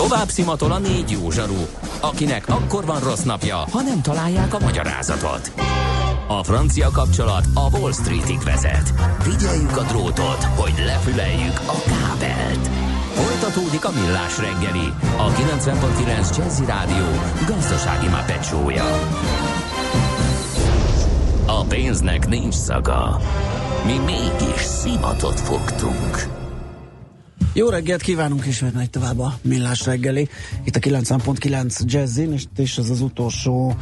Tovább szimatol a 4 jó zsaru, akinek akkor van rossz napja, ha nem találják a magyarázatot. A francia kapcsolat a Wall Streetig vezet. Figyeljük a drótot, hogy lefüleljük a kábelt. Folytatódik a Millás reggeli, a 90.9 Jazzy Rádió gazdasági mápecsója. A pénznek nincs szaga. Mi mégis szimatot fogtunk. Jó reggelt kívánunk, ismét megy tovább a Millás reggeli. Itt a 90.9 Jazzin, és ez az utolsó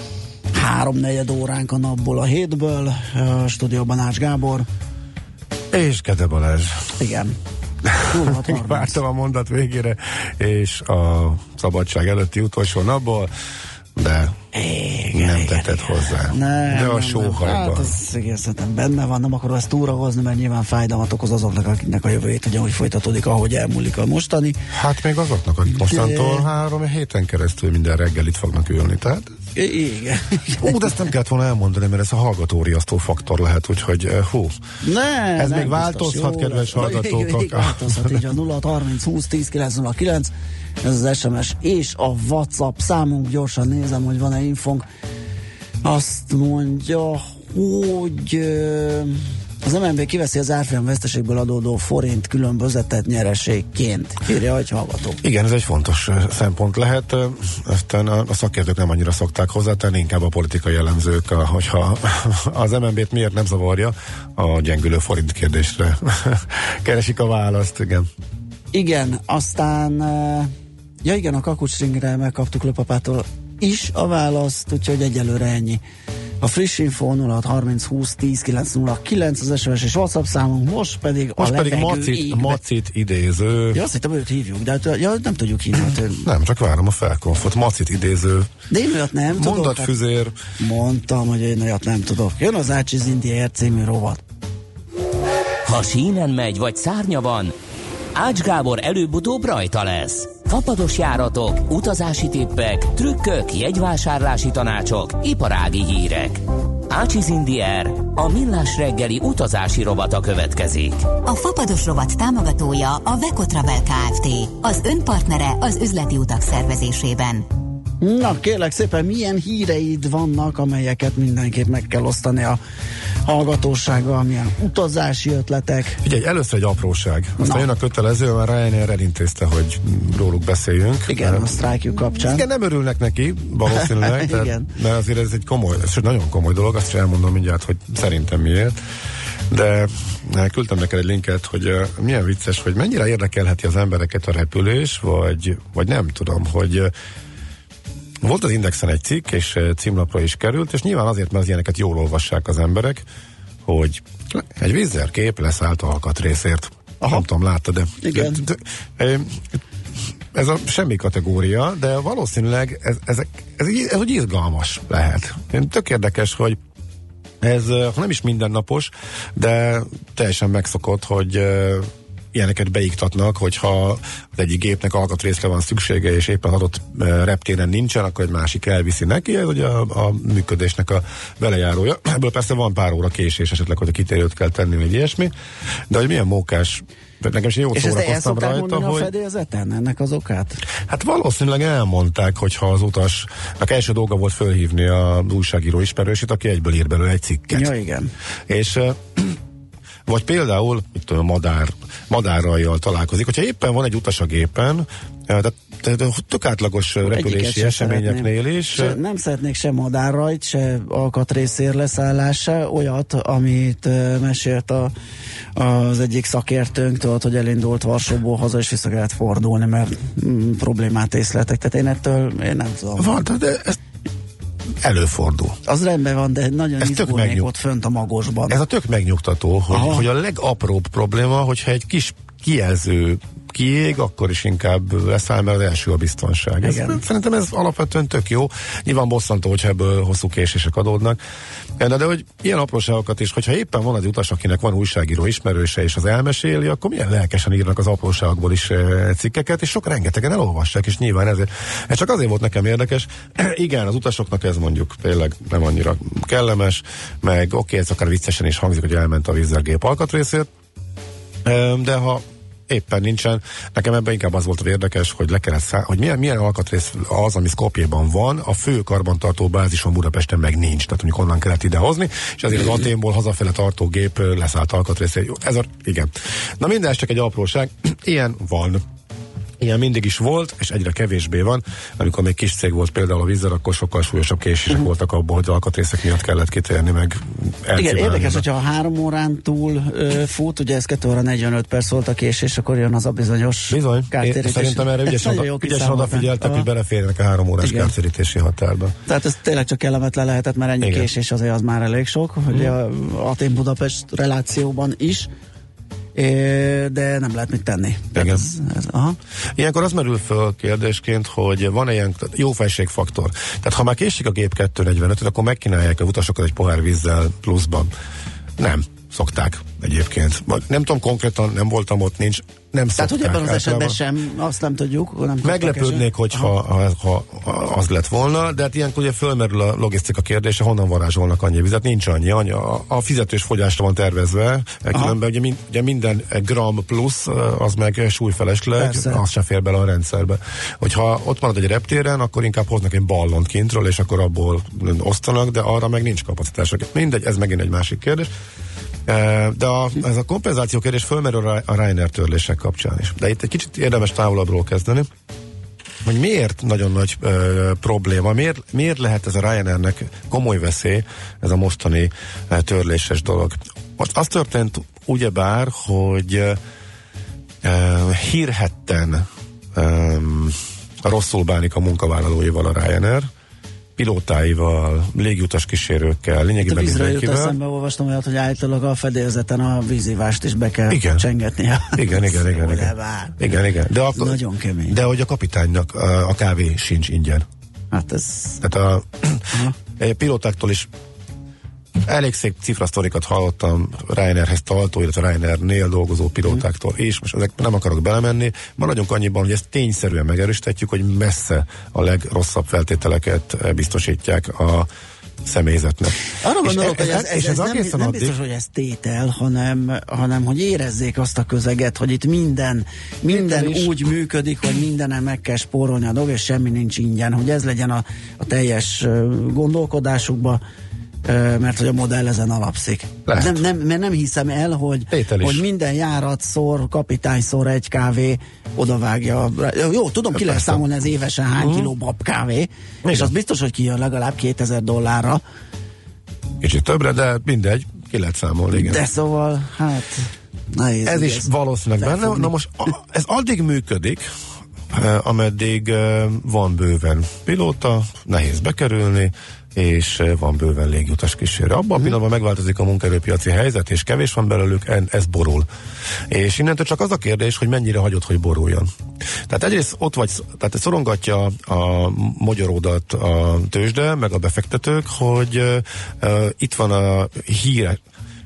3-4 óránk a napból, a hétből. A stúdióban Ács Gábor. És Kede Balázs. Igen. Vártam a mondat végére, és a szabadság előtti utolsó napból, de nem tetted hozzá. De a sóhajban. Hát ez egészen benne van, nem akarom ezt túrahozni, mert nyilván fájdalmat okoz azoknak, akiknek a jövő hét ugyanúgy folytatódik, ahogy elmúlik a mostani. Hát még azoknak, akik mostantól 3 héten keresztül minden reggel itt fognak ülni, tehát igen. De ezt nem kellett volna elmondani, mert ez a hallgatóriasztó faktor lehet, úgyhogy ez még változhat, kedves hallgatók. Változhat, így a 0630 20 10 909, ez az SMS és a WhatsApp számunk. Gyorsan nézem, hogy van-e infónk. Azt mondja, hogy az MNB kiveszi az árfolyam veszteségből adódó forint különbözetet nyereségként. Írja, hogy hallgató. Igen, ez egy fontos szempont lehet. Aztán a szakértők nem annyira szokták hozzátenni, inkább a politikai jellemzők, hogyha az MNB-t miért nem zavarja, a gyengülő forint kérdésre keresik a választ, igen. Igen, aztán ja igen, a kakucsringre megkaptuk Lőpapától is a választ, úgyhogy egyelőre ennyi. A friss info 0630 20 10 909 az SMS és WhatsApp számunk, most pedig Macit idéző. Ja, azt hittem, őt hívjuk, de nem tudjuk hívni. Nem, csak várom a felkonfot. Macit idéző. De én olyat nem tudok. Mondatfüzér. Mondtam, hogy én olyat nem tudok. Jön az Ácsiz Indiér című rovat. Ha sínen megy, vagy szárnya van, Ács Gábor előbb-utóbb rajta lesz. Fapados járatok, utazási tippek, trükkök, jegyvásárlási tanácsok, iparági hírek. Ácsiz Indiér, a Millás reggeli utazási rovata következik. A Fapados rovat támogatója a Veko Travel Kft. Az önpartnere az üzleti utak szervezésében. Na kérlek szépen, milyen híreid vannak, amelyeket mindenképp meg kell osztani a hallgatósággal, milyen utazási ötletek? Figyelj, először egy apróság. Aztán jön a kötelező, mert Ryanair elintézte, hogy róluk beszéljünk. Igen, a sztrájkjuk kapcsán. Igen, nem örülnek neki, valószínűleg, mert azért ez egy komoly, ez egy nagyon komoly dolog, azt is elmondom mindjárt, hogy szerintem miért. De küldtem neked egy linket, hogy milyen vicces, hogy mennyire érdekelheti az embereket a repülés, vagy nem tudom, hogy volt az Indexen egy cikk, és címlapra is került, és nyilván azért, mert az ilyeneket jól olvassák az emberek, hogy egy Wizz Air leszállt alkatrészért. Nem tudom, láttad, de igen. Ez a semmi kategória, de valószínűleg ez úgy izgalmas lehet. Tök érdekes, hogy ez nem is mindennapos, de teljesen megszokott, hogy ilyeneket beiktatnak, hogyha az egyik gépnek alkatrészre van szüksége, és éppen adott reptéren nincsen, akkor egy másik elviszi neki, ez ugye a működésnek a velejárója. Ebből persze van pár óra késés esetleg, hogy a kitérőt kell tenni, vagy ilyesmi, de hogy milyen mókás, nekem is jót szórakoztam rajta, hogy... a fedélzeten ennek az okát? Hát valószínűleg elmondták, hogyha az utasnak első dolga volt fölhívni a újságíró ismerősét, aki egyből ír belőle egy cikket. Ja, igen. És vagy például, mit tudom, madárrajjal találkozik. Hogyha éppen van egy utas a gépen, tehát tök átlagos repülési eseményeknél is. Nem szeretnék se madárrajt, se alkatrészér leszállás, se olyat, amit mesélt az egyik szakértőnk, tudod, hogy elindult Varsóból haza, és vissza kellett fordulni, mert problémát észleltek. Tehát én nem tudom. Van, de ez előfordul. Az rendben van, de nagyon izgulnék ott fönt a magosban. Ez a tök megnyugtató, hogy a legapróbb probléma, hogyha egy kis kijelző kiég, akkor is inkább leszáll, mert az első a biztonság. Szerintem ez alapvetően tök jó. Nyilván bosszantó, hogyha ebből hosszú késések adódnak. De hogy ilyen apróságokat is, hogyha éppen van egy utas, akinek van újságíró ismerőse, és az elmeséli, akkor milyen lelkesen írnak az apróságokból is cikkeket, és rengetegen elolvassák, és nyilván ez csak azért volt nekem érdekes. Igen, az utasoknak ez mondjuk tényleg nem annyira kellemes, meg oké, ez akár viccesen is hangzik, hogy elment a Wizz Air gép alkatrészért, de ha éppen nincsen. Nekem ebben inkább az volt érdekes, hogy le kellett hogy milyen alkatrész az, ami Skopjeban van, a fő karbantartó bázison Budapesten meg nincs, tehát mondjuk onnan kellett idehozni, és azért az Athénból hazafele tartó gép leszállt alkatrészé. Igen. Na minden, csak egy apróság. Ilyen van. Ilyen mindig is volt, és egyre kevésbé van. Amikor még kis cég volt például a Vízzel, akkor sokkal súlyosabb késések voltak abban, hogy alkatrészek miatt kellett kitérni, meg igen, érdekes, hogyha 3 órán túl fut, ugye ez 2 óra 45 perc volt a késés, akkor jön az a bizonyos kártérítés. Szerintem erre ügyesen odafigyeltek, hogy beleférjenek a 3 órás kártérítési határba. Tehát ez tényleg csak kellemetlen lehetett, mert ennyi késés azért az már elég sok, hogy a Atén-Budapest relációban is, de nem lehet mit tenni. Igen. Ilyenkor az merül föl kérdésként, hogy van-e ilyen jófejségfaktor. Tehát ha már késik a gép 2:45, akkor megkínálják a utasokat egy pohár vízzel pluszban. Nem szokták egyébként. Nem tudom konkrétan, nem voltam ott, nincs. Nem tehát, szokták. hogy ebben az esetben sem, azt nem tudjuk. Nem meglepődnék, hogyha az lett volna, de hát ilyenkor ugye fölmerül a logisztika kérdése, honnan varázsolnak annyi vizet, nincs annyi. A fizetős fogyásra van tervezve, különben ugye minden gram plusz, az meg súlyfelesleg, az se fér bele a rendszerbe. Hogyha ott marad egy reptéren, akkor inkább hoznak egy ballont kintről, és akkor abból osztanak, de arra meg nincs kapacitások. Mindegy, ez megint egy másik kérdés. De ez a kompenzáció kérdés fölmerül a Ryanair törlések kapcsán is. De itt egy kicsit érdemes távolabbról kezdeni, hogy miért nagyon nagy probléma, miért lehet ez a Ryanairnek komoly veszély, ez a mostani törléses dolog. Most az történt ugyebár, hogy hírhedten rosszul bánik a munkavállalóival a Ryanair, pilótáival, légiutas kísérőkkel, lényegében mindenkivel. Eszembe olvastam olyat, hogy állítólag a fedélzeten a vízívást is be kell csengetni. Igen. De nagyon kemény. De hogy a kapitánynak a kávé sincs ingyen. Hát ez... Tehát a pilótáktól is elég szép cifrasztorikat hallottam Ryanairhez tartó, illetve Ryanairnél dolgozó pilótáktól is. Most ezek nem akarok belemenni. Maradjunk annyiban, hogy ezt tényszerűen megerősítetjük, hogy messze a legrosszabb feltételeket biztosítják a személyzetnek. Arra gondolok, hogy ez nem biztos, hogy ez tétel, hanem hogy érezzék azt a közeget, hogy itt minden úgy működik, hogy mindenen meg kell spórolni a dolog, és semmi nincs ingyen, hogy ez legyen a teljes gondolkodásukba, mert hogy a modell ezen alapszik. Mert nem hiszem el, hogy minden járat szor, kapitány szor egy kávé, odavágja. Jó, tudom, ki lehet számolni ez évesen hány kiló babkávé, és az biztos, hogy kijön legalább $2000. Kicsit többre, de mindegy, ki lehet számolni, igen. De szóval, hát nehéz. Ez is valószínűleg benne. Na most ez addig működik, ameddig van bőven pilóta, nehéz bekerülni, és van bőven légiutas kísérő. Abban a pillanatban megváltozik a munkaerőpiaci helyzet, és kevés van belőlük, ez borul. És innentől csak az a kérdés, hogy mennyire hagyod, hogy boruljon. Tehát egyrészt ott vagy, tehát szorongatja a magyaródat a tőzsde, meg a befektetők, hogy itt van a híre.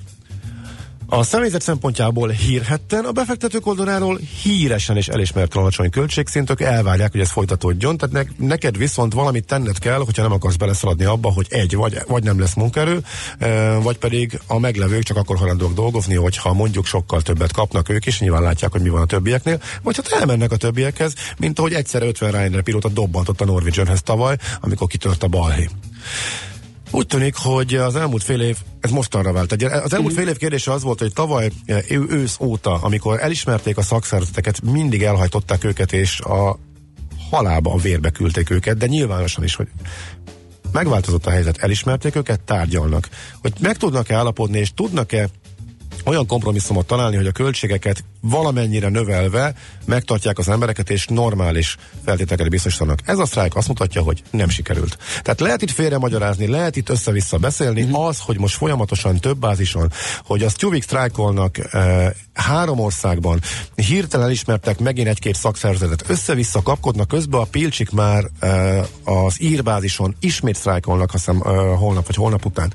A személyzet szempontjából hírhedten, a befektetők oldaláról híresen és elismerten alacsony költségszintök elvárják, hogy ez folytatódjon, tehát neked viszont valamit tenned kell, hogyha nem akarsz beleszaladni abba, hogy vagy nem lesz munkaerő, vagy pedig a meglevők csak akkor hajlandóak dolgozni, hogyha mondjuk sokkal többet kapnak ők is, nyilván látják, hogy mi van a többieknél, vagy hát elmennek a többiekhez, mint ahogy egyszerre 50 Ryanair pilóta dobbantott a Norwegianhez tavaly, amikor kitört a balhé. Úgy tűnik, hogy az elmúlt fél év, ez mostanra vált. Az elmúlt fél év kérdése az volt, hogy tavaly ősz óta, amikor elismerték a szakszervezeteket, mindig elhajtották őket, és a halálba, a vérbe küldték őket, de nyilvánosan is, hogy megváltozott a helyzet, elismerték őket, tárgyalnak. Hogy meg tudnak-e állapodni, és tudnak-e olyan kompromisszumot találni, hogy a költségeket valamennyire növelve megtartják az embereket, és normális feltételeket biztosítanak. Ez a sztrájk azt mutatja, hogy nem sikerült. Tehát lehet itt félre magyarázni, lehet itt össze-vissza beszélni, az, hogy most folyamatosan több bázison, hogy a Stuvik sztrájkolnak 3 országban, hirtelen elismertek megint egy-két szakszervezetet, össze-vissza kapkodnak, közben a pilcsik már az írbázison ismét sztrájkolnak, azt hiszem holnap vagy holnap után.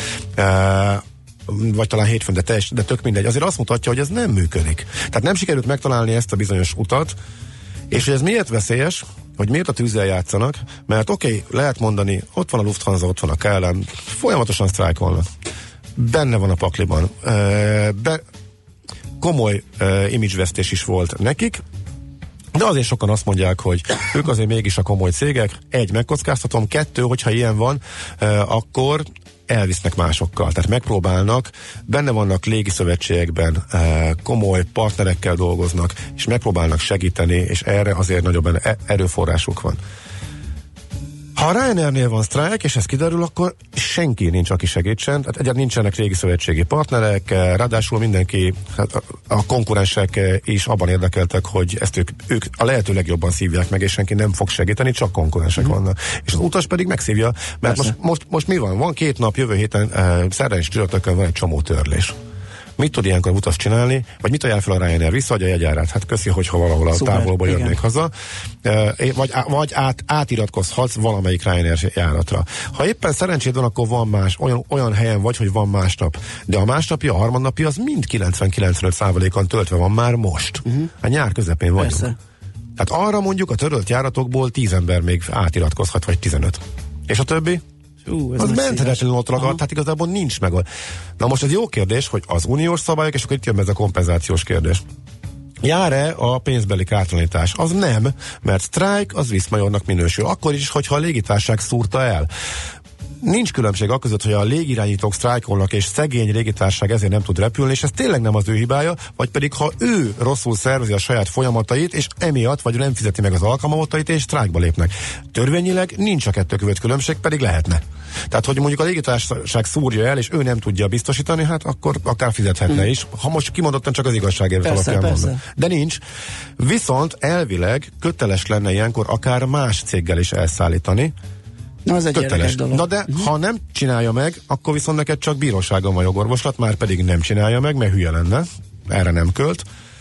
Vagy talán hétfőn, de tök mindegy. Azért azt mutatja, hogy ez nem működik. Tehát nem sikerült megtalálni ezt a bizonyos utat, és hogy ez miért veszélyes, hogy miért a tűzzel játszanak, mert oké, lehet mondani, ott van a Lufthansa, ott van a KLM, folyamatosan sztrájkolnak. Benne van a pakliban. komoly imidzsvesztés is volt nekik, de azért sokan azt mondják, hogy ők azért mégis a komoly cégek. Egy, megkockáztatom, kettő, hogyha ilyen van, akkor elvisznek másokkal, tehát megpróbálnak, benne vannak légiszövetségekben, komoly partnerekkel dolgoznak, és megpróbálnak segíteni, és erre azért nagyobb erőforrásuk van. Ha a Ryanairnél van sztrájk, és ez kiderül, akkor senki nincs, aki segítsen. Tehát egyáltalán nincsenek régi szövetségi partnerek, ráadásul mindenki, hát a konkurensek is abban érdekeltek, hogy ezt ők a lehető legjobban szívják meg, és senki nem fog segíteni, csak konkurensek vannak. És az utas pedig megszívja, mert most mi van? Van 2 nap, jövő héten, szerdán és csütörtökön van egy csomó törlés. Mit tud ilyenkor utas csinálni, vagy mit ajánl fel a Ryanair? Visszaadja a jegyárát? Hát köszi, hogyha valahol a távolból jönnék haza. Vagy átiratkozhatsz valamelyik Ryanair járatra. Ha éppen szerencséd van, akkor van más, olyan helyen vagy, hogy van másnap. De a másnapja, a harmadnapja az mind 90-95%-on töltve van már most. A nyár közepén vagyunk. Persze. Tehát arra mondjuk a törölt járatokból 10 ember még átiratkozhat, vagy 15. És a többi? Az menthetetlenül ott ragad, tehát igazából nincs meg. Na most ez jó kérdés, hogy az uniós szabályok, és akkor itt jön ez a kompenzációs kérdés. Jár-e a pénzbeli kártalanítás? Az nem, mert sztrájk az viszmajornak minősül. Akkor is, hogyha a légitársaság szúrta el. Nincs különbség akközött, hogy a légirányítók sztrájkolnak, és szegény légitársaság ezért nem tud repülni, és ez tényleg nem az ő hibája, vagy pedig ha ő rosszul szervezi a saját folyamatait, és emiatt, vagy nem fizeti meg az alkalmazottait, és sztrájkba lépnek. Törvényileg nincs a kettő között különbség, pedig lehetne. Tehát, hogy mondjuk a légitársaság szúrja el, és ő nem tudja biztosítani, hát akkor akár fizethetne is. Ha most kimondottan csak az igazságért alapján mondom. De nincs. Viszont elvileg köteles lenne ilyenkor akár más céggel is elszállítani. Na, az egy érdekes dolog. Na de, ha nem csinálja meg, akkor viszont neked csak bíróságon van jogorvoslat, már pedig nem csinálja meg, mert hülye lenne, erre nem költ.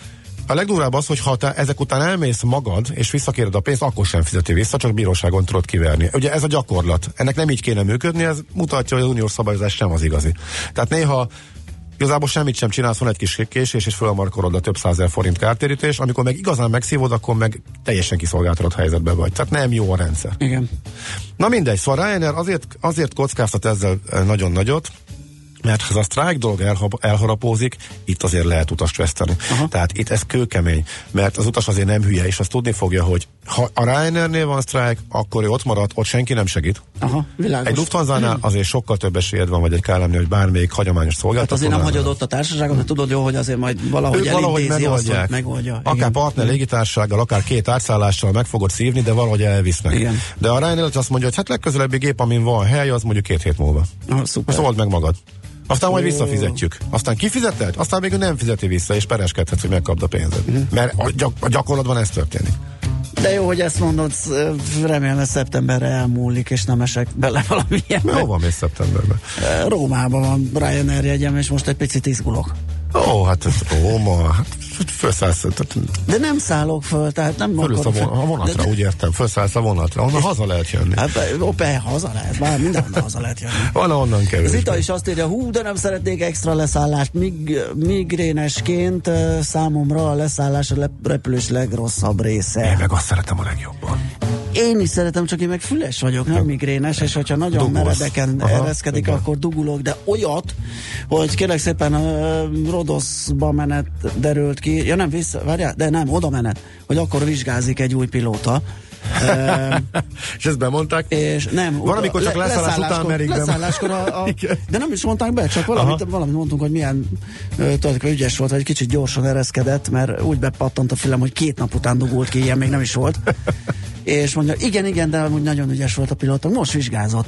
A legdurvább az, hogy ha te ezek után elmész magad, és visszakéred a pénzt, akkor sem fizeti vissza, csak bíróságon tudod kiverni. Ugye ez a gyakorlat. Ennek nem így kéne működni, ez mutatja, hogy az uniós szabályozás sem az igazi. Tehát néha igazából semmit sem csinálsz, van egy kis késés, és fölmarkolod a több 100 000 forint kártérítés, amikor meg igazán megszívod, akkor meg teljesen kiszolgáltatott helyzetben vagy. Tehát nem jó a rendszer. Igen. Na mindegy, szóval Ryanair azért kockáztat ezzel nagyon nagyot, mert ha ez a sztrájk dolog elharapózik, itt azért lehet utast veszteni. Tehát itt ez kőkemény, mert az utas azért nem hülye, és azt tudni fogja, hogy ha a Ryanairnél van sztrájk, akkor ő ott marad, ott senki nem segít. Világos. Egy Lufthansa-nál azért sokkal több esélyed van, vagy egy KLM-nél, hogy bármelyik hagyományos szolgáltató. Hát azért nem hagyod ott a társaságot, mert tudod jó, hogy azért majd valahogy elintézi, megoldja. Akár partner légitársasággal, akár 2 átszállással meg fogod szívni, de valahogy elvisznek. Igen. De a Ryanair azt mondja, hogy hát legközelebbi gép, amin van hely, az mondjuk 2 hét múlva. Most old meg magad. Aztán majd visszafizetjük. Aztán kifizeted? Aztán még nem fizeti vissza, és pereskedhetsz, hogy megkapd a pénzed. Mert a gyakorlatban ez történik. De jó, hogy ezt mondod, remélem, hogy szeptemberre elmúlik, és nem esek bele valamilyenbe. Hova mész szeptemberben? Rómában van Ryanair jegyem, és most egy picit izgulok. Ó, hát Róma, hát felszállsz. De nem szállok föl, tehát nem akarok. A vonatra, úgy értem, felszállsz a vonatra, onnan haza lehet jönni. Hát haza lehet, bár mindenhonnan haza lehet jönni. Van onnan kevés. Zita is azt írja, de nem szeretnék extra leszállást. Migrénesként számomra a leszállás a repülés legrosszabb része. Én meg azt szeretem a legjobban. Én is szeretem, csak én meg füles vagyok, nem migrénes, és hogyha nagyon meredeken ereszkedik, akkor dugulok, de olyat, hogy kérlek szépen Rodoszba menet derült ki, ja nem vissza, várjál, de nem, oda menet, hogy akkor vizsgázik egy új pilóta. És ezt bemondták? És nem, van, amikor csak leszállás után merik leszálláskor de nem is mondták be, csak valamit mondtunk, hogy milyen ügyes volt, vagy kicsit gyorsan ereszkedett, mert úgy bepattant a fülem, hogy 2 nap után dugult ki, ilyen még nem is volt. És mondja, igen, de amúgy nagyon ügyes volt a pilóta, most vizsgázott.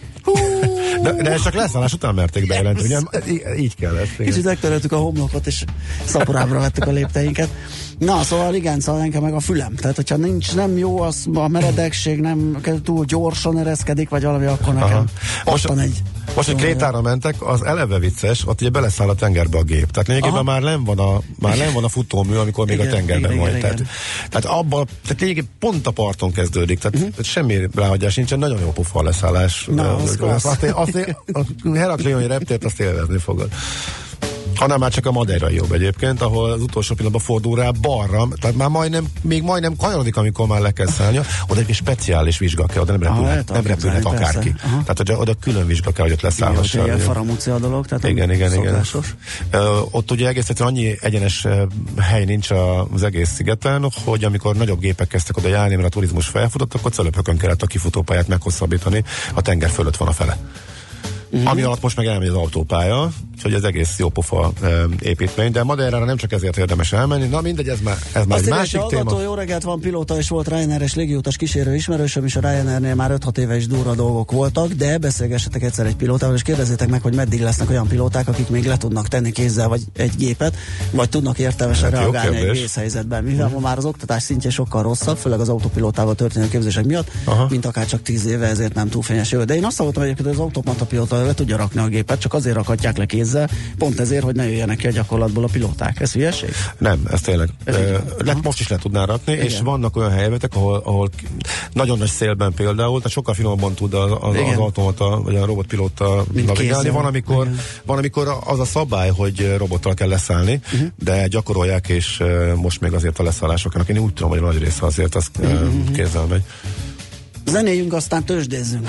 De ezt csak leszállás után merték bejelenteni, ugye? Így kell ezt. Kicsit megtöröltük a homlokot, és szaporábbra vettük a lépteinket. Na, szóval igen, szóval nekem meg a fülem. Tehát, hogyha nem jó az a meredekség, nem túl gyorsan ereszkedik, vagy valami, akkor nekem most, hogy Krétára mentek, az eleve vicces, ott ugye beleszáll a tengerbe a gép. Tehát lényegében már nem van a futómű, amikor még a tengerben van. Tehát abban, lényegében pont a parton kezdődik. Tehát semmi ráhagyás nincsen, nagyon jó pofa a leszállás. Na, a Heraklioni reptért azt élvezni fogod. Hanem már csak a Madeira jobb egyébként, ahol az utolsó pillanatban fordul rá balra, tehát már még majdnem kanyarodik, amikor már le kell szállnia. Oda egy speciális vizsga kell, oda nem repülhet akárki. Tehát oda külön vizsga kell, hogy ott leszállhassa. Ilyen faramúci a dolog, tehát igen. Ott ugye egész egyszerűen annyi egyenes hely nincs az egész szigeten, hogy amikor nagyobb gépek kezdtek oda járni, mert a turizmus felfutott, akkor cölöpökön kellett a kifutópályát meghosszabbítani, a tenger fölött van a fele. Ami alatt most meg elmegy az autópálya, úgyhogy ez egész jó pofa építmény, de Madeirára nem csak ezért érdemes elmenni. Na mindegy, ez már egy másik téma. Jó reggelt, van pilóta, és volt Ryanair-es légiutas kísérő ismerősöm, és a Ryanairnél már 5-6 éve is durva dolgok voltak, de beszélgessetek egyszer egy pilótával, és kérdezzétek meg, hogy meddig lesznek olyan pilóták, akik még le tudnak tenni kézzel vagy egy gépet, vagy tudnak értelmesen reagálni egy vészhelyzetben. Mivel ma már az oktatás szintje sokkal rosszabb, főleg az autópilótával történő képzések miatt, mint akár csak 10 éve, ezért nem túl fényes jövő. De én azt hallottam egyébként, hogy az automata pilóta le tudja rakni a gépet, csak azért rakhatják le kézzel, pont ezért, hogy ne jöjjenek ki a gyakorlatból a pilóták. Ez hülyeség? Nem, ez tényleg. Most is le tudná rakni, igen. És vannak olyan helyzetek, ahol nagyon nagy szélben például, tehát sokkal finomabban tud az automata, vagy a robotpilóta navigálni. Van, amikor az a szabály, hogy robottal kell leszállni, de gyakorolják, és most még azért a leszállásoknak, én úgy tudom, hogy nagy része azért az kézzel megy. Zenéljünk, aztán tőzsdézzünk.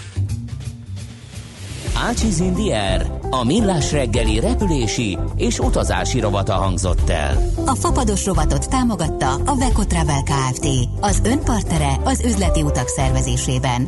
Ácsiz in the Air, a millás reggeli repülési és utazási rovata hangzott el. A fapados rovatot támogatta a Veco Travel Kft. Az önpartnere az üzleti utak szervezésében.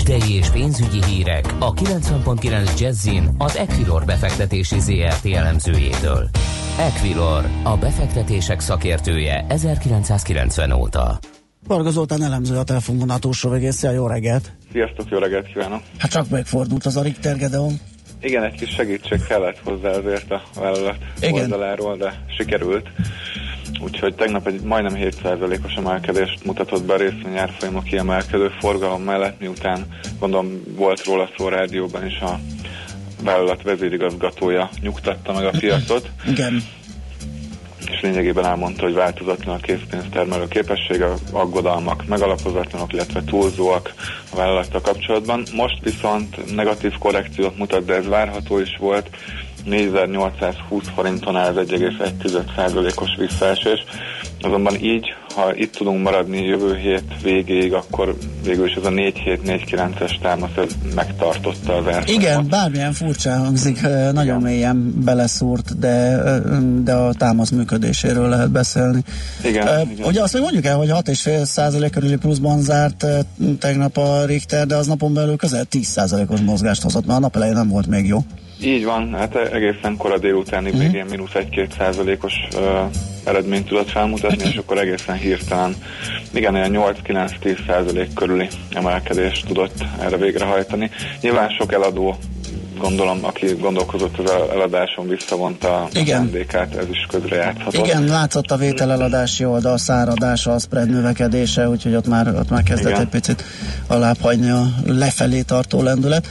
Tőzsdei és pénzügyi hírek a 90.9 Jazzin az Equilor befektetési ZRT elemzőjétől. Equilor, a befektetések szakértője 1990 óta. Varga Zoltán elemző a telefonvonal túlsó végészre, jó reggelt! Sziasztok, jó reggelt kívánok! Hát csak megfordult az a Richter Gedeon. Igen, egy kis segítség kellett hozzá azért a vállalat oldaláról, de sikerült. Úgyhogy tegnap egy majdnem 7%-os emelkedést mutatott be a részvényárfolyamok kiemelkedő forgalom mellett, miután gondolom volt róla szó rádióban is, a vállalat vezérigazgatója nyugtatta meg a piacot. Igen. És lényegében elmondta, hogy változatlan a készpénztermelő képessége, aggodalmak megalapozatlanok, illetve túlzóak a vállalattal kapcsolatban. Most viszont negatív korrekciót mutat, de ez várható is volt. 4820 forinton áll, ez 1,1%-os visszaesés. Azonban így, ha itt tudunk maradni jövő hét végéig, akkor végül is ez a 4749-es támasz megtartotta az árfolyamot. Igen, bármilyen furcsán hangzik, nagyon mélyen beleszúrt, de a támasz működéséről lehet beszélni. Igen. Ugye azt még mondjuk el, hogy 6,5% körüli pluszban zárt tegnap a Richter, de az napon belül közel 10%-os mozgást hozott, mert a nap elején nem volt még jó. Így van, hát egészen kora délutáni végén mínusz 1-2%-os eredményt tudott felmutatni, és akkor egészen hirtelen, igen, olyan 8-9-10% körüli emelkedést tudott erre végrehajtani. Nyilván sok eladó, gondolom, aki gondolkozott az eladáson, visszavonta a szándékát, ez is közrejátszhatott. Igen, látszott a vételeladási oldal száradása, a spread növekedése, úgyhogy ott már kezdett egy picit alább hagyni a lefelé tartó lendület.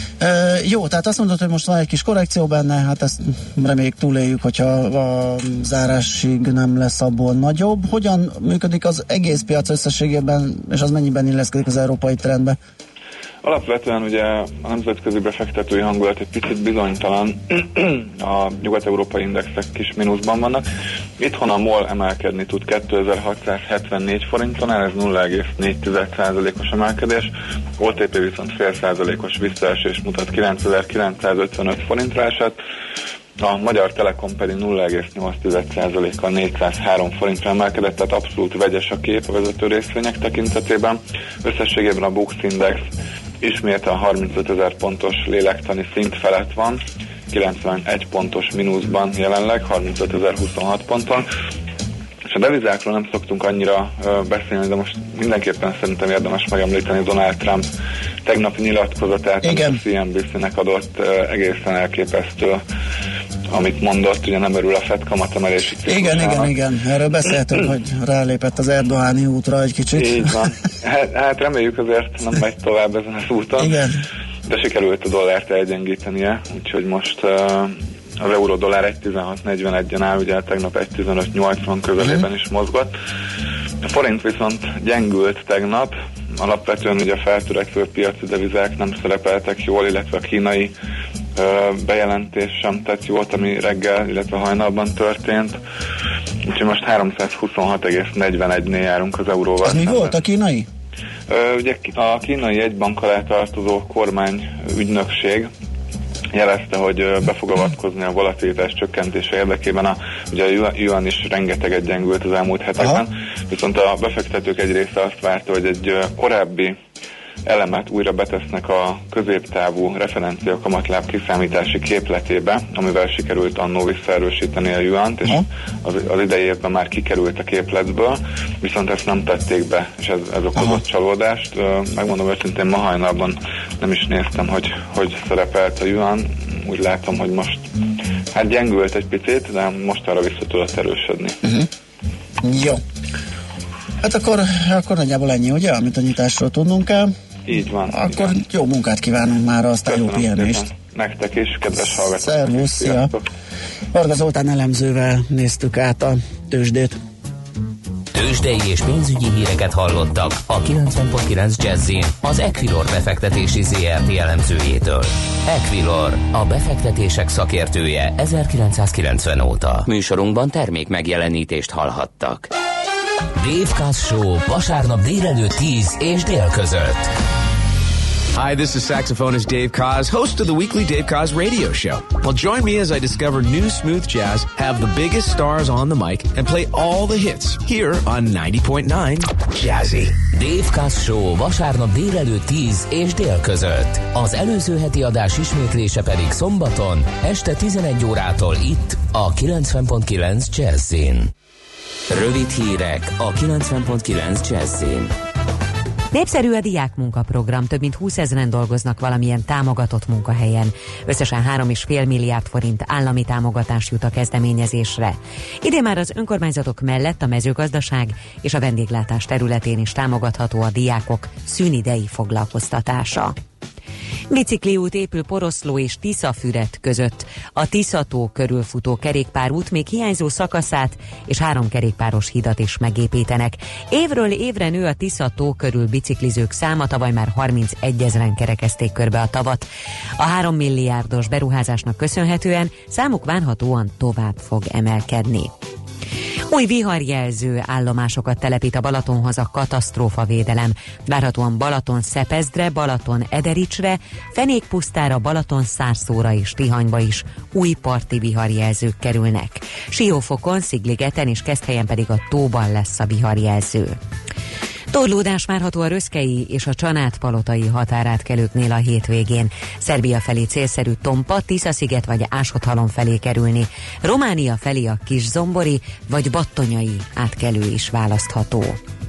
Jó, tehát azt mondod, hogy most van egy kis korrekció benne, hát ezt reméljük túléljük, hogyha a zárásig nem lesz abból nagyobb. Hogyan működik az egész piac összességében, és az mennyiben illeszkedik az európai trendbe? Alapvetően ugye a nemzetközi befektetői hangulat egy picit bizonytalan, a nyugat-európai indexek kis mínuszban vannak. Itthon a MOL emelkedni tud 2674 forinton, ez 0,4%-os emelkedés, OTP viszont fél százalékos visszaesés mutat, 9955 forintra esett, a Magyar Telekom pedig 0,8%-kal 403 forintra emelkedett, tehát abszolút vegyes a kép a vezető részvények tekintetében. Összességében a Bux Index ismét a 35 000 pontos lélektani szint felett van, 91 pontos mínuszban jelenleg, 35.026 ponton. És a devizákról nem szoktunk annyira beszélni, de most mindenképpen szerintem érdemes megemlíteni Donald Trump tegnapi nyilatkozatát, amit a CNBC-nek adott, egészen elképesztő, amit mondott, ugye nem örül a Fed kamatemelési ciklusának. Igen, erről beszéltünk, hogy rálépett az Erdogáni útra egy kicsit. Így van. Hát reméljük azért nem megy tovább ezen az úton. Igen. De sikerült a dollárt elgyengítenie, úgyhogy most az euró-dollár 1.1641-en áll, ugye tegnap 1.1580 közelében is mozgott. A forint viszont gyengült tegnap, alapvetően ugye a feltörekvő piaci devizák nem szerepeltek jól, illetve a kínai bejelentés sem tett jót, ami reggel, illetve hajnalban történt. Úgyhogy most 326,41-nél járunk az euróval. Az mi volt a kínai? Ugye a kínai jegybank alá tartozó kormányügynökség jelezte, hogy be fog avatkozni a volatilitás csökkentése érdekében. Ugye a yuan is rengeteget gyengült az elmúlt hetekben, viszont a befektetők egy része azt várta, hogy egy korábbi elemet újra betesznek a középtávú referencia kamatláb kiszámítási képletébe, amivel sikerült annó visszaerősíteni a yuant, és az idei évben már kikerült a képletből, viszont ezt nem tették be, és ez okozott csalódást. Megmondom őszintén, ma hajnalban nem is néztem, hogy szerepelt a yuan. Úgy látom, hogy most hát gyengült egy picit, de most arra vissza tudott erősödni. Jó. Hát akkor nagyjából ennyi, ugye, amit a nyitásról tudnunk kell. Így van. Akkor igen. Jó munkát kívánunk már, aztán jó pihenést. Nektek is, kedves hallgatók. Szervusz, szia. Varga Zoltán elemzővel néztük át a tőzsdét. Tőzsdei és pénzügyi híreket hallottak a 90.9 Jazzin az Equilor befektetési ZRT elemzőjétől. Equilor, a befektetések szakértője 1990 óta. Műsorunkban termék megjelenítést hallhattak. Dave Kass Show vasárnap délelőtt 10 és dél között. Hi, this is saxophonist Dave Koz, host of the weekly Dave Koz radio show. Well, join me as I discover new smooth jazz, have the biggest stars on the mic, and play all the hits here on 90.9 Jazzy. Dave Koz Show vasárnap délelőtt 10 és dél között. Az előző heti adás ismétlése pedig szombaton este 11 órától itt a 90.9 Jazzin. Rövid hírek a 90.9 Jazzin. Népszerű a diákmunkaprogram, több mint 20 000 dolgoznak valamilyen támogatott munkahelyen. Összesen 3,5 milliárd forint állami támogatás jut a kezdeményezésre. Idén már az önkormányzatok mellett a mezőgazdaság és a vendéglátás területén is támogatható a diákok szünidei foglalkoztatása. Bicikliút épül Poroszló és Tiszafüred között. A Tisza-tó körül futó kerékpárút még hiányzó szakaszát és 3 kerékpáros hidat is megépítenek. Évről évre nő a Tisza-tó körül biciklizők száma, tavaly már 31 000-en kerekezték körbe a tavat. A 3 milliárdos beruházásnak köszönhetően számuk várhatóan tovább fog emelkedni. Új viharjelző állomásokat telepít a Balatonhoz a katasztrófavédelem. Várhatóan Balaton-Szepezdre, Balaton-Edericsre, Fenékpusztára, Balaton-Szárszóra és Tihanyba is új parti viharjelzők kerülnek. Siófokon, Szigligeten és Keszthelyen pedig a tóban lesz a viharjelző. Torlódás várható a röszkei és a csanádpalotai határátkelőknél a hétvégén. Szerbia felé célszerű Tompa, Tisza-sziget vagy Ásotthalom felé kerülni. Románia felé a Kiszombori vagy Battonyai átkelő is választható.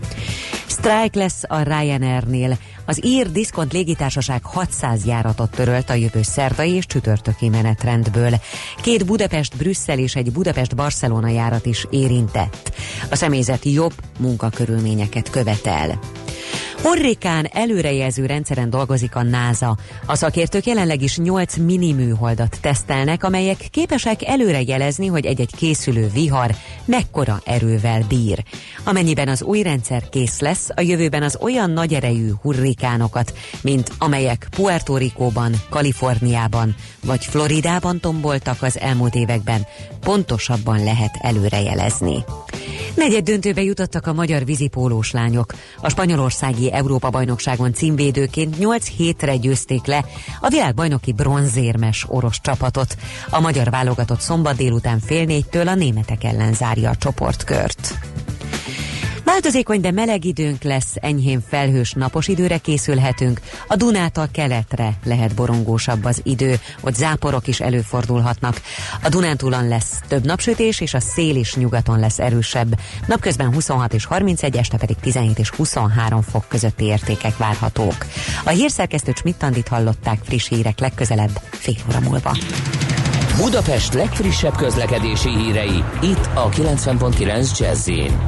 Sztrájk lesz a Ryanairnél. Az ír diszkont légitársaság 600 járatot törölt a jövő szerdai és csütörtöki menetrendből. 2 Budapest-Brüsszel és egy Budapest-Barcelona járat is érintett. A személyzet jobb munkakörülményeket követel. Hurrikán előrejelző rendszeren dolgozik a NASA. A szakértők jelenleg is 8 mini műholdat tesztelnek, amelyek képesek előrejelezni, hogy egy-egy készülő vihar mekkora erővel bír. Amennyiben az új rendszer kész lesz, a jövőben az olyan nagy erejű hurrikánokat, mint amelyek Puerto Ricóban, Kaliforniában vagy Floridában tomboltak az elmúlt években, pontosabban lehet előrejelezni. Negyeddöntőbe jutottak a magyar vízipólós lányok. A spanyolországi Európa-bajnokságon címvédőként 8 hétre győzték le a világbajnoki bronzérmes orosz csapatot. A magyar válogatott szombat délután 3:30 a németek ellen zárja a csoportkört. Változékony, de meleg időnk lesz, enyhén felhős napos időre készülhetünk. A Dunától keletre lehet borongósabb az idő, ott záporok is előfordulhatnak. A Dunántúlon lesz több napsütés, és a szél is nyugaton lesz erősebb. Napközben 26 és 31, este pedig 17 és 23 fok közötti értékek várhatók. A hírszerkesztő Schmidt-Andit hallották, friss hírek legközelebb fél óra múlva. Budapest legfrissebb közlekedési hírei, itt a 90.9 Jazzin.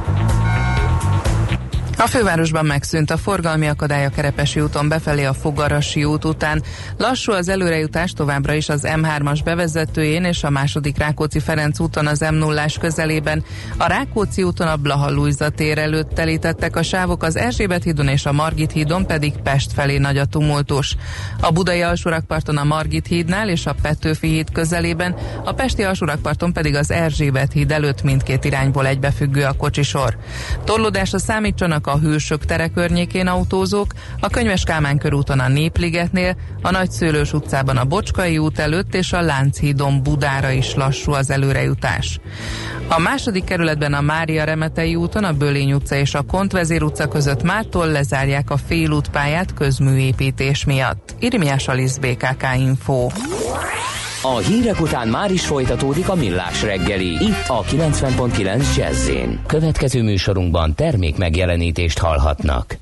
A fővárosban megszűnt a forgalmi akadály a Kerepesi úton befelé a Fogarasi út után. Lassú az előrejutás továbbra is az M3-as bevezetőjén és a második Rákóczi-Ferenc úton az M0-ás közelében. A Rákóczi úton a Blaha-Lujza tér előtt telítettek a sávok, az Erzsébet hídon és a Margit hídon pedig Pest felé nagy a tumultus. A budai alsórakparton a Margit hídnál és a Petőfi híd közelében, a pesti alsórakparton pedig az Erzsébet híd előtt mindkét irányból egybefüggő a kocsisor. Torlódásra számítsanak a Hősök tere környékén autózók, a Könyves Kálmán körúton a Népligetnél, a Nagyszőlős utcában a Bocskai út előtt és a Lánchídon Budára is lassú az előrejutás. A második kerületben a Mária Remetei úton a Bölény utca és a Kontvezér utca között mától lezárják a félútpályát közműépítés miatt. Irmiás Alisz, BKK Info. A hírek után már is folytatódik a Millás reggeli, itt a 90.9 Jazzin. Következő műsorunkban termék megjelenítést hallhatnak.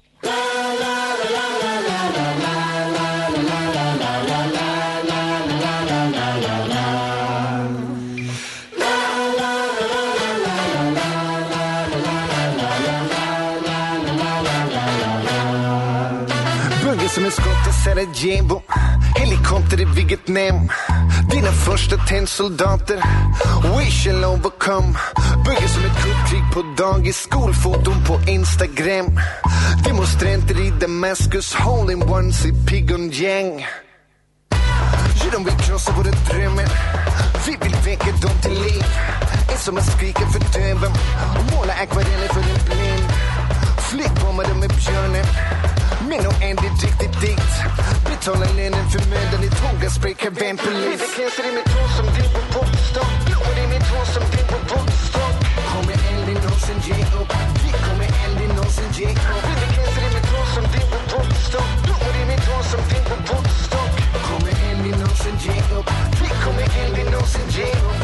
Som en skott i Sarajevo, helikopter i Vietnam. Dina första tennsoldater, we shall overcome. Bygger som ett kuppkrig på dagis, skolfoton på Instagram. Demonstranter i Damaskus, hole-in-ones i Pyongyang. Ja, de vill krossa våra drömmar, vi vill väcka dem till liv. Är som att skrika för döven och måla akvareller för en blind. Flickbommade med björnen, men nog ändå riktigt dit. Betalar lönen för mödan i tågaspray kan vänpolis. Det känns i mitt hår som din på bokstock. Blodet i mitt hår som din på bokstock. Kommer aldrig någonsin ge upp. Vi kommer aldrig någonsin ge upp. Det känns i mitt hår som din på bokstock. Blodet i mitt hår som din på bokstock. Kommer aldrig någonsin ge upp. Vi kommer aldrig någonsin ge upp.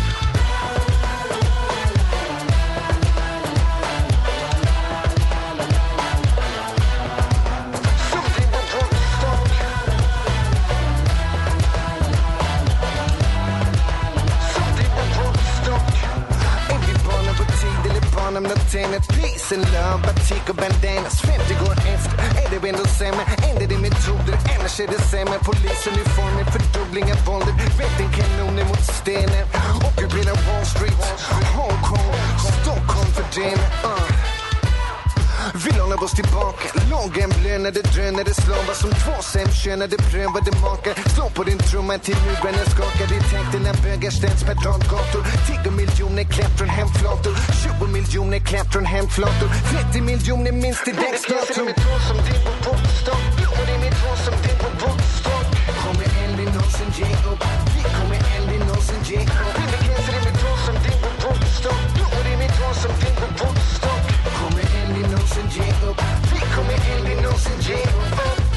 Om latenet, peace and love, batik och bandanas 50 går efter, är det ändå sämre? Ändrar det metoder, annars är det sämre. Polisuniformer, fördubbling av våldet. Rätten kanoner mot stenen. Ockuperar Wall Street, Hongkong, Stockholm för den. Vill hålla oss tillbaka. Lågämblönade drönade slavar som två sämkönade prövade makar. Slå på din trumma till murbrännen skakar. Det tänkte när bögar ställs per radgator. 10 miljoner klämt från hemflator. 20 miljoner klämt från hemflator. 30 miljoner minst i däcksdator. Mitt hår som din på bokstock. Blodet i mitt hår som din på bokstock. Kommer aldrig någonsin ge upp. Vi kommer aldrig någonsin ge upp. Vinterkläser i mitt hår som din på bokstock. Blodet i mitt hår som din på bokstock. Kommer aldrig någonsin ge upp. Vi kommer aldrig någonsin ge upp.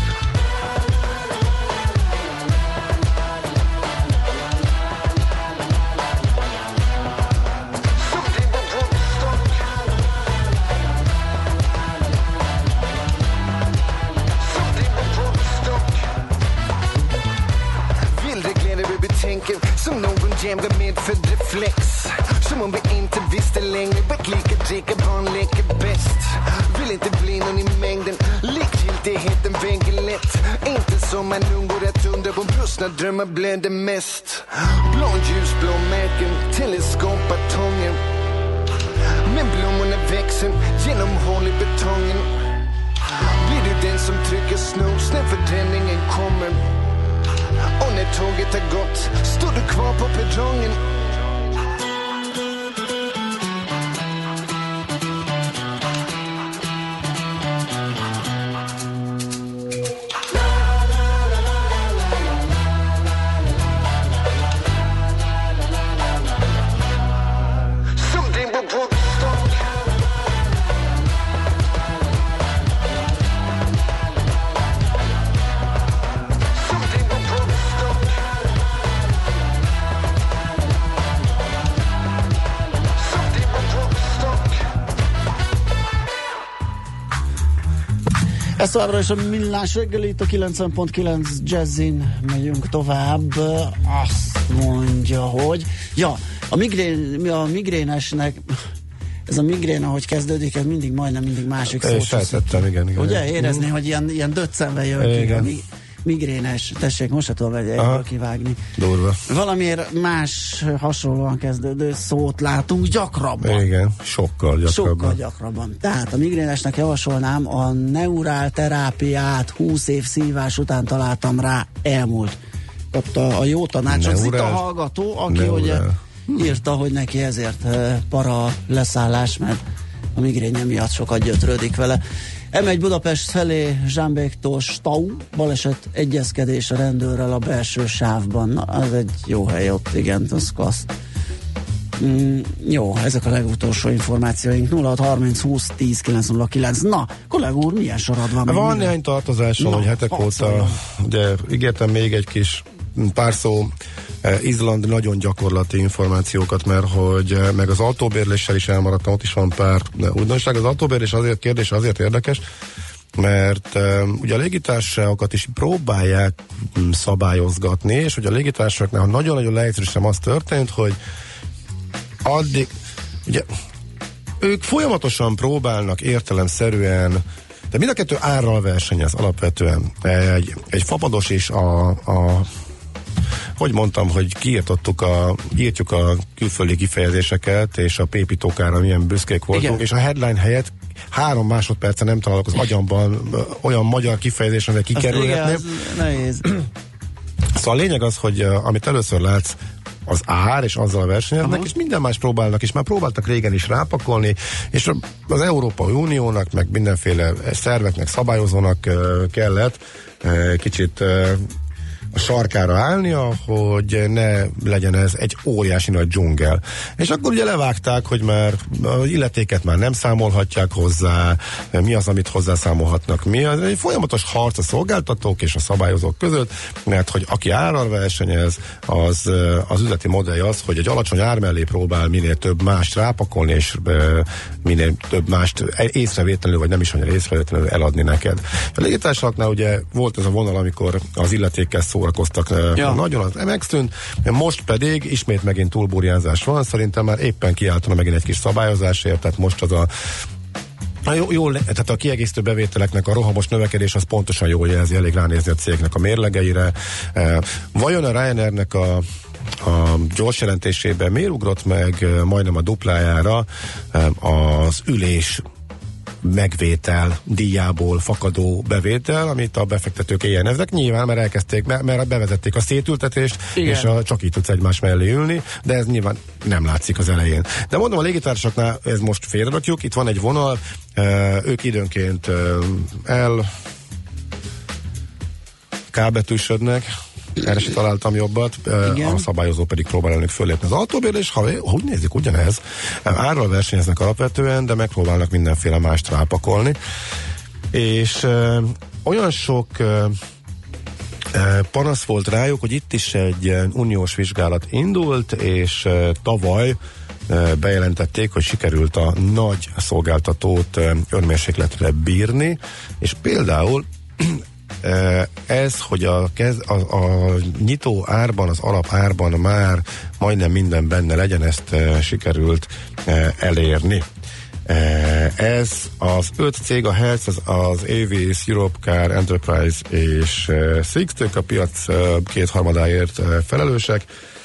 Som någon jämra med för reflex. Som om vi inte visste längre. Backlika dricka barn leker bäst. Vill inte bli någon i mängden. Likgiltigheten väger lätt. Inte som man undgår att undra på brustna drömmar blöder mest. Blå ljusblå märken. Teleskopbatongen. Men blommorna växer genom hål i betongen. Blir du den som trycker snooze när förändringen kommer? Och när tåget har gått står du kvar på perrongen. Ez továbbra is a Millás reggeli, itt a 90.9 Jazzin megyünk tovább. Azt mondja, hogy a migrénesnek ez a migrén, ahogy kezdődik, ez mindig másik szó. Sejtettem, igen. Ugye érezni, hogy ilyen döccenve jön ki. Migrénes, tessék, most se tudom egyből kivágni. Durva. Valamiért más hasonlóan kezdődő szót látunk gyakrabban. Igen, sokkal gyakrabban. Tehát a migrénesnek javasolnám a neurál terápiát, 20 év szívás után találtam rá, elmúlt. Kapta a jó tanácsot. Itt a hallgató, aki ugye írta, hogy neki ezért para leszállás, mert a migrénye miatt sokat gyötrődik vele. M1 Budapest felé Zsámbéktól Stau, baleset, egyezkedés a rendőrrel a belső sávban. Na, az egy jó hely ott, igen, az klassz. Jó, ezek a legutolsó információink. 0630 20 10 909. Na, kollega úr, milyen sorad van? Van néhány tartozáson, hogy hetek óta, ugye ígértem még egy kis pár szó Izland nagyon gyakorlati információkat, mert hogy meg az autóbérléssel is elmaradtam, ott is van pár újdonság. Az autóbérlés azért érdekes, mert ugye a légitársaságokat is próbálják szabályozgatni, és hogy a légitársaságoknál nagyon-nagyon leegyszerűsen az történt, hogy addig, ugye ők folyamatosan próbálnak értelemszerűen, de mind a kettő árral versenyez alapvetően. Egy fapados is hogy mondtam, hogy írtjuk a külföldi kifejezéseket, és a pépítókára milyen büszkék voltunk, igen. És a headline helyett 3 másodpercen nem találok az agyamban olyan magyar kifejezés, amivel kikerülhetném. Nehéz. Szóval a lényeg az, hogy amit először látsz, az ár, és azzal versenyeznek, és minden más próbálnak, és már próbáltak régen is rápakolni, és az Európai Uniónak, meg mindenféle szerveknek, szabályozónak kellett kicsit a sarkára állnia, hogy ne legyen ez egy óriási nagy dzsungel. És akkor ugye levágták, hogy már az illetéket már nem számolhatják hozzá, mi az, amit hozzászámolhatnak, mi az. Egy folyamatos harc a szolgáltatók és a szabályozók között, mert hogy aki árral versenyez, az üzleti modell az, hogy egy alacsony ár mellé próbál minél több mást rápakolni, és minél több mást észrevétlenül, vagy nem is annyira észrevétlenül eladni neked. A légitársaságnál ugye volt ez a vonal, amikor az illetékkel szórakoztak nagyon, az megszűnt, most pedig ismét megint túlburjánzás van, szerintem már éppen kiáltana megint egy kis szabályozásért, tehát most az tehát a kiegészítő bevételeknek a rohamos növekedés az pontosan jól jelzi, elég ránézni a cégnek a mérlegeire. Vajon a Ryanairnek a gyors jelentésében miért ugrott meg majdnem a duplájára az ülés megvétel díjából fakadó bevétel, amit a befektetők éjjeleznek. Nyilván, mert elkezdték, mert bevezették a szétültetést, igen, és csak így tudsz egymás mellé ülni, de ez nyilván nem látszik az elején. De mondom, a légitársaságnál ez most félrerakjuk, itt van egy vonal, ők időnként kábetűsödnek, erre se találtam jobbat, a szabályozó pedig próbál önök fölépni az autóbérlés, hogy nézik, ugyanez. Árral versenyeznek alapvetően, de megpróbálnak mindenféle mást rápakolni. És olyan sok panasz volt rájuk, hogy itt is egy uniós vizsgálat indult, és tavaly bejelentették, hogy sikerült a nagy szolgáltatót önmérsékletre bírni, és például ez, hogy a nyitó árban, az alap árban már majdnem minden benne legyen, ezt sikerült elérni. Ez az 5 cég, a Hertz, az Avis, Europcar, Enterprise és Sixt, ők a piac 2/3-áért felelősek.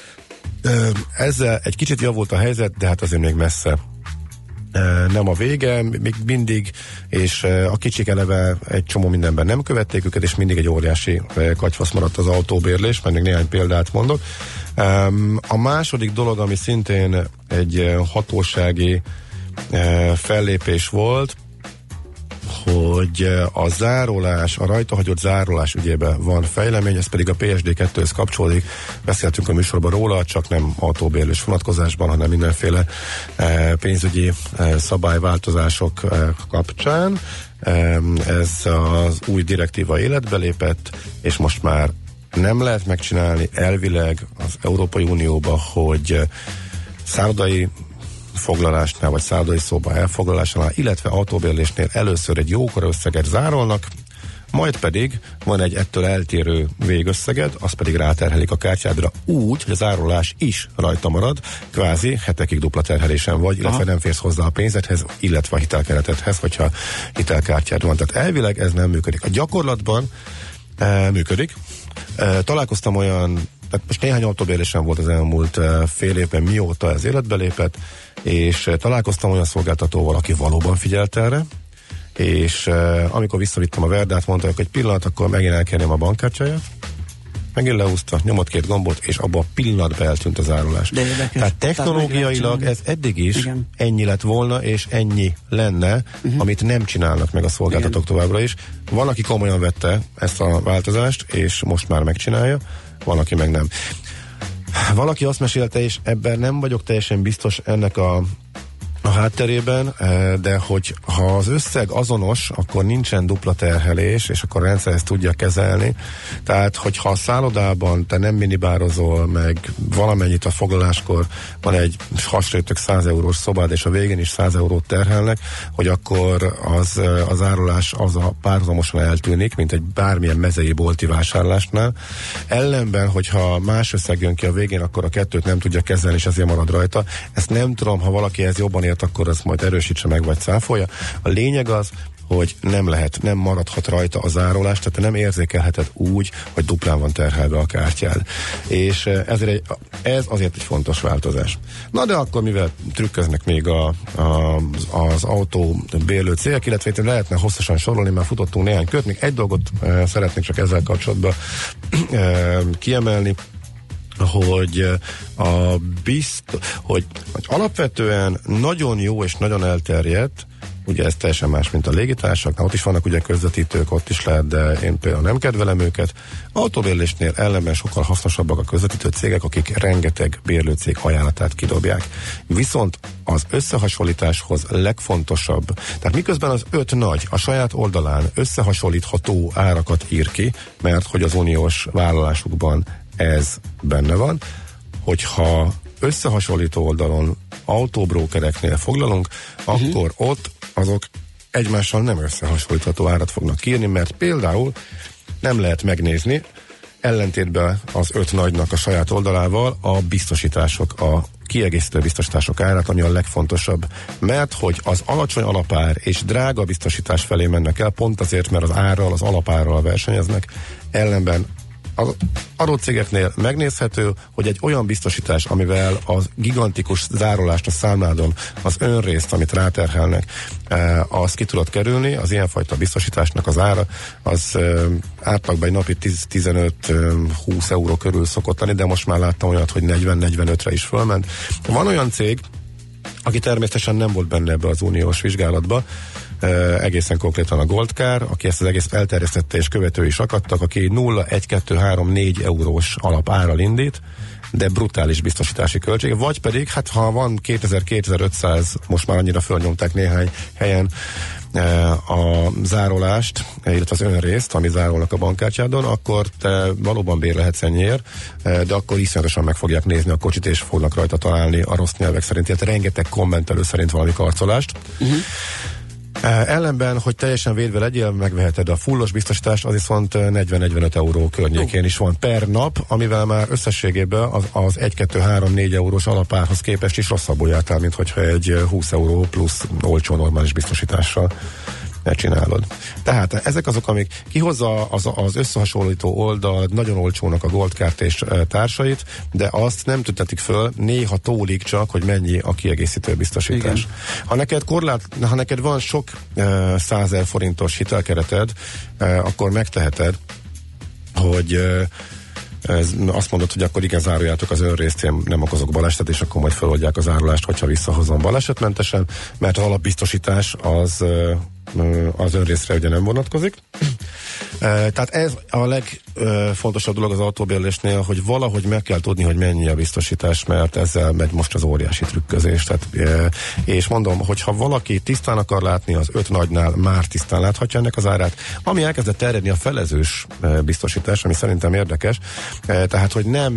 Ezzel egy kicsit javult a helyzet, de hát azért még messze nem a vége, még mindig, és a kicsik eleve egy csomó mindenben nem követték őket, és mindig egy óriási katyfasz maradt az autóbérlés, majd még néhány példát mondok. A második dolog, ami szintén egy hatósági fellépés volt, hogy a zárolás, a rajta hagyott zárolás ügyében van fejlemény, ez pedig a PSD2-höz kapcsolódik. Beszéltünk a műsorban róla, csak nem autóbérlés vonatkozásban, hanem mindenféle pénzügyi szabályváltozások kapcsán. Ez az új direktíva életbe lépett, és most már nem lehet megcsinálni elvileg az Európai Unióba, hogy szállodai foglalásnál, vagy szállodai szoba elfoglalásánál, illetve autóbérlésnél először egy jókora összeget zárolnak, majd pedig van egy ettől eltérő végösszeged, az pedig ráterhelik a kártyádra úgy, hogy a zárolás is rajta marad, kvázi hetekig dupla terhelésen vagy, illetve nem férsz hozzá a pénzedhez, illetve a hitelkeretedhez, hogyha hitelkártyád van. Tehát elvileg ez nem működik. A gyakorlatban működik. Találkoztam olyan, tehát most néhány autóbérlésen volt az elmúlt fél évben, mióta ez életbe lépett, és találkoztam olyan szolgáltatóval, aki valóban figyelt erre, és amikor visszavittem a Verdát, mondta, hogy egy pillanat, akkor megint elkérném a bankkártyáját, megint leúszta, nyomott 2 gombot, és abban a pillanatban eltűnt az árulás. Tehát technológiailag ez eddig is ennyi lett volna, és ennyi lenne, amit nem csinálnak meg a szolgáltatók továbbra is. Van, aki komolyan vette ezt a változást, és most már megcsinálja, van, aki meg nem. Valaki azt mesélte, és ebben nem vagyok teljesen biztos ennek a hátterében, de hogy ha az összeg azonos, akkor nincsen dupla terhelés, és akkor a rendszer ezt tudja kezelni. Tehát, hogyha a szállodában te nem minibározol, meg valamennyit a foglaláskor van egy hasonlítők 100 eurós szobád, és a végén is 100 eurót terhelnek, hogy akkor az árulás az a párhuzamosan eltűnik, mint egy bármilyen mezei bolti vásárlásnál. Ellenben, hogyha más összeg jön ki a végén, akkor a kettőt nem tudja kezelni, és ezért marad rajta. Ezt nem tudom, ha valaki ez jobban ért, akkor ezt majd erősítse meg, vagy cáfolja. A lényeg az, hogy nem maradhat rajta a zárolás, tehát nem érzékelheted úgy, hogy duplán van terhelve a kártyád. És ez azért egy fontos változás. Na de akkor, mivel trükköznek még az autó bérlő cégek, illetve lehetne hosszasan sorolni, már futottunk néhány kört, még egy dolgot szeretnék csak ezzel kapcsolatban kiemelni. hogy hogy alapvetően nagyon jó és nagyon elterjedt, ugye ez teljesen más, mint a légitársaság, ott is vannak ugye közvetítők, ott is lehet, de én például nem kedvelem őket. Autóbérlésnél ellenben sokkal hasznosabbak a közvetítő cégek, akik rengeteg bérlőcég ajánlatát kidobják. Viszont az összehasonlításhoz legfontosabb, tehát miközben az 5 nagy a saját oldalán összehasonlítható árakat ír ki, mert hogy az uniós vállalásukban ez benne van, hogyha összehasonlító oldalon autóbrókereknél foglalunk, akkor ott azok egymással nem összehasonlítható árat fognak írni, mert például nem lehet megnézni ellentétben az 5 nagynak a saját oldalával a biztosítások, a kiegészítő biztosítások árát, ami a legfontosabb. Mert hogy az alacsony alapár és drága biztosítás felé mennek el, pont azért, mert az árral, az alapárral versenyeznek, ellenben az adócégeknél megnézhető, hogy egy olyan biztosítás, amivel az gigantikus zárolást a számládon, az önrészt, amit ráterhelnek, azt ki tudod kerülni, az ilyenfajta biztosításnak az ára, az átlagban egy napi 15-20 euró körül szokott lenni, de most már láttam olyat, hogy 40-45-re is fölment. Van olyan cég, aki természetesen nem volt benne ebbe az uniós vizsgálatba, egészen konkrétan a Goldcar, aki ezt az egész elterjesztette és követői is akadtak, aki 0, 1, 2, 3, 4 eurós alapárral indít, de brutális biztosítási költsége, vagy pedig, hát ha van 2000-2500, most már annyira fölnyomták néhány helyen a zárolást, illetve az önrészt, ami zárolnak a bankkártyádon, akkor te valóban bérlehetsz ennyiért, de akkor iszonyatosan meg fogják nézni a kocsit, és fognak rajta találni a rossz nyelvek szerint, illetve rengeteg kommentelő szerint valami karcolást. Ellenben, hogy teljesen védve legyél, megveheted a fullos biztosítást, az viszont 40-45 euró környékén is van per nap, amivel már összességében az 1-2-3-4 eurós alapárhoz képest is rosszabbul jártál, mint hogyha egy 20 euró plusz olcsó normális biztosítással csinálod. Tehát ezek azok, amik kihozza az összehasonlító oldal nagyon olcsónak a Goldcard és társait, de azt nem tüntetik föl, néha tólig csak, hogy mennyi a kiegészítő biztosítás. Ha neked van sok 100 000 forintos hitelkereted, akkor megteheted, hogy azt mondod, hogy akkor igen, záruljátok az önrészt, én nem okozok balesetet, és akkor majd feloldják az zárulást, hogyha visszahozom balesetmentesen, mert az alapbiztosítás az önrészre ugye nem vonatkozik. Tehát ez a legfontosabb dolog az autóbérlésnél, hogy valahogy meg kell tudni, hogy mennyi a biztosítás, mert ezzel megy most az óriási trükközés. Tehát, és mondom, hogyha valaki tisztán akar látni, az 5 nagynál már tisztán láthatja ennek az árát, ami elkezdett terjedni a felezős biztosítás, ami szerintem érdekes, tehát, hogy nem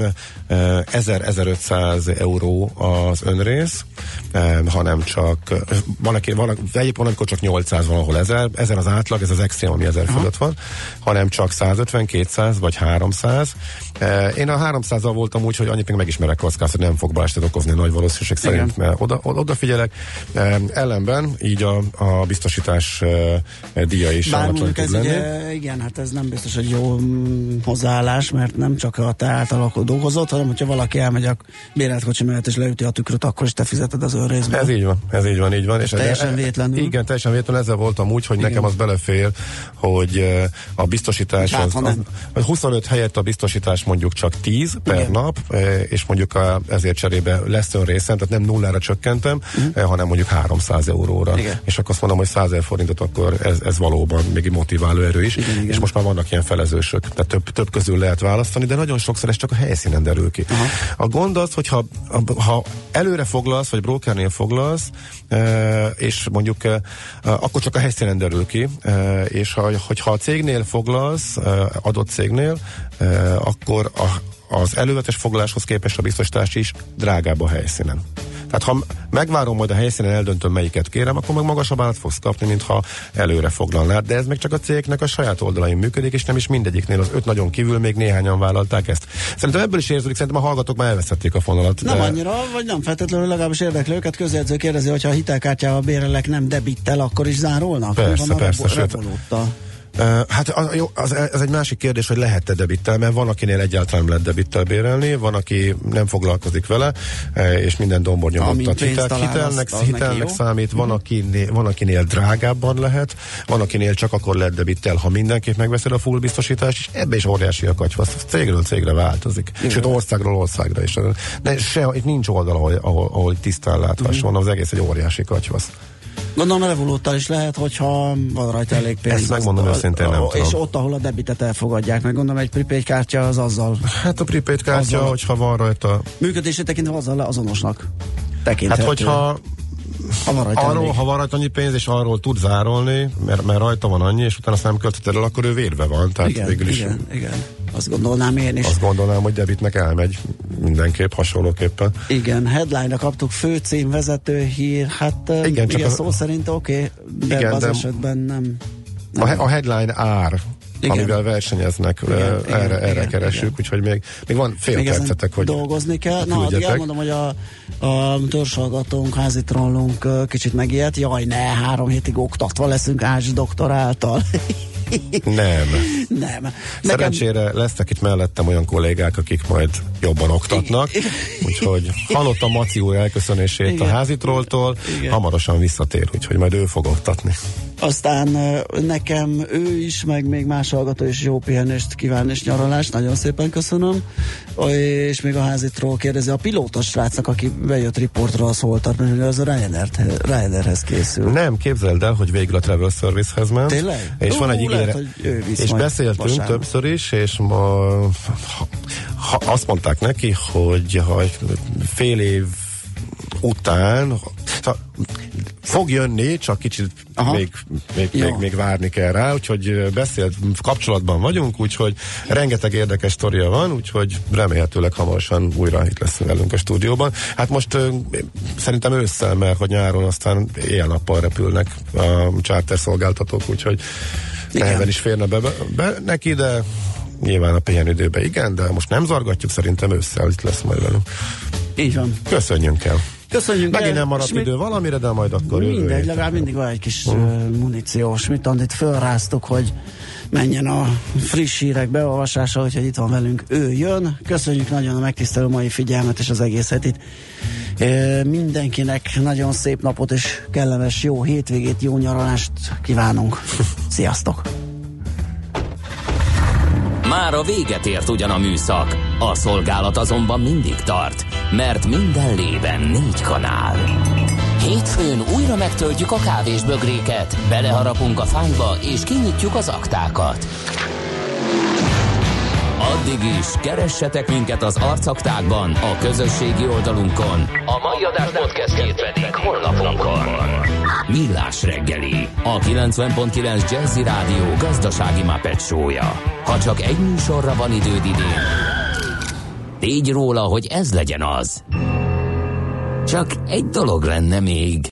1000-1500 euró az önrész, hanem csak van, amikor csak 800, valahol 1000 az átlag, ez az extrém, ami 1000 fölött van, hanem csak 150, 200 vagy 300. Én a 300-al voltam úgy, hogy annyit még megismerek kockázatot, hogy nem fog balesetet okozni nagy valószínűség szerint, mert odafigyelek. Ellenben így a biztosítás díja is alacsony tud lenni. Igen, hát ez nem biztos, hogy jó hozzáállás, mert nem csak a te által dolgozott, hanem hogyha valaki elmegy a bérelt kocsi mellett és leüti a tükröt, akkor is te fizeted az önrészbe. Ez így van. És teljesen véletlenül. Igen, teljesen véletlenül, ezzel voltam úgy, hogy nekem az belefér, hogy a biztosítás az 25 helyett a biztosítás mondjuk csak 10 per nap, és mondjuk ezért cserébe lesz önrészem, tehát nem nullára csökkentem, hanem mondjuk 300 euróra. Igen. És akkor azt mondom, hogy 100 000 forintot, akkor ez valóban még egy motiváló erő is. Igen. És most már vannak ilyen felezősök, tehát több közül lehet választani, de nagyon sokszor ez csak a helyszínen derül ki. Aha. A gond az, hogy ha előre foglalsz, vagy brokernél foglalsz, és mondjuk akkor csak a helyszínen derül ki, és hogyha a cégnél foglalsz, adott cégnél, akkor az előzetes foglaláshoz képest a biztosítás is drágább a helyszínen. Tehát ha megvárom, majd a helyszínen eldöntöm, melyiket kérem, akkor meg magasabb árat fogsz kapni, mintha előre foglalnád. De ez meg csak a cégnek a saját oldalain működik, és nem is mindegyiknél. Az 5 nagyon kívül még néhányan vállalták ezt. Szerintem ebből is érződik, szerintem a hallgatók már elvesztették a fonalat. Nem annyira, vagy nem feltétlenül, legalábbis érdekli őket. Közjegyző kérdezi, hogy ha a hitelkártyával bérelek nem debittel, akkor is zárolnak? Persze. Hát ez egy másik kérdés, hogy lehet-e debittel, mert van, akinél egyáltalán nem lehet debittel bérelni, van, aki nem foglalkozik vele, és minden dombor nyomottat. Hitelnek számít, van, akinél drágábban lehet, van, akinél csak akkor lehet debittel, ha mindenképp megveszed a full biztosítást, és ebbe is óriási a katyvasz. Cégről cégre változik. Igen. Sőt, országról országra is. Itt nincs oldal, ahol tisztán látható van, az egész egy óriási katyvasz. Gondolom a Revoluttal is lehet, hogyha van rajta elég pénz. Ezt megmondom őszintén, nem tudom. És ott, ahol a debitet elfogadják, meg gondolom egy prepaid kártya az azzal. Hát a prepaid kártya, hogyha van rajta... Működését tekintve azzal azonosnak tekinthető. Hát hogyha ha van rajta annyi pénz, és arról tud zárolni, mert rajta van annyi, és utána azt nem költötted el, akkor ő védve van. Tehát igen. Azt gondolnám én is. Azt gondolnám, hogy debitnek elmegy mindenképp, hasonlóképpen. Igen, headline-ra kaptuk, főcím, vezető hír, hát igen szó szerint oké, de igen, az esetben nem. A headline ár, igen, amivel versenyeznek, erre keresünk, úgyhogy még van fél percetek, hogy dolgozni kell. Na, addig elmondom, hogy a törzshallgatónk, házi trollunk kicsit megijedt. Jaj, ne, 3 hétig oktatva leszünk Ács doktor által. Nem. Szerencsére lesznek itt mellettem olyan kollégák, akik majd jobban oktatnak, úgyhogy hallottam Maci úr elköszönését a házitrolltól, hamarosan visszatér, úgyhogy majd ő fog oktatni. Aztán nekem ő is, meg még más hallgató is jó pihenést kíván és nyaralást, nagyon szépen köszönöm. És még a házitroll kérdezi, a pilóta srácnak, aki bejött riportról szóltat, mert az a Ryanairhez készül. Nem, képzeld el, hogy végül a Travel Servicehez ment. Tényleg? És van egy ígéret, és beszéltünk többször is, és azt mondták neki, hogy fél év után fog jönni, csak kicsit még várni kell rá, úgyhogy kapcsolatban vagyunk, úgyhogy rengeteg érdekes sztoria van, úgyhogy remélhetőleg hamarosan újra itt lesz velünk a stúdióban. Hát most szerintem ősszel, mert hogy nyáron aztán éjjel-nappal repülnek a charter szolgáltatók, úgyhogy nehezen is férne be neki, de nyilván a pihenőidőben igen, de most nem zargatjuk, szerintem ősszel itt lesz majd velünk. Így van. Köszönjünk el. Megint el, nem maradt idő valamire, de majd akkor mindegy, legalább mindig van egy kis muníciós. Mit itt fölráztuk, hogy menjen a friss hírek beolvasása, úgyhogy itt van velünk, ő jön. Köszönjük nagyon a megtisztelő mai figyelmet és az egész hetit. Mindenkinek nagyon szép napot és kellemes jó hétvégét, jó nyaralást kívánunk. Sziasztok! Már a véget ért ugyan a műszak, a szolgálat azonban mindig tart, mert minden lében 4 kanál. Hétfőn újra megtöltjük a kávésbögréket, beleharapunk a fányba és kinyitjuk az aktákat. Addig is keressetek minket az arcaktákban, a közösségi oldalunkon, a mai adás podcastjét pedig honlapunkon. Millás reggeli, a 90.9 Jazzy Rádió gazdasági Muppet show-ja. Ha csak egy műsorra van időd idén, tégy róla, hogy ez legyen az. Csak egy dolog lenne még.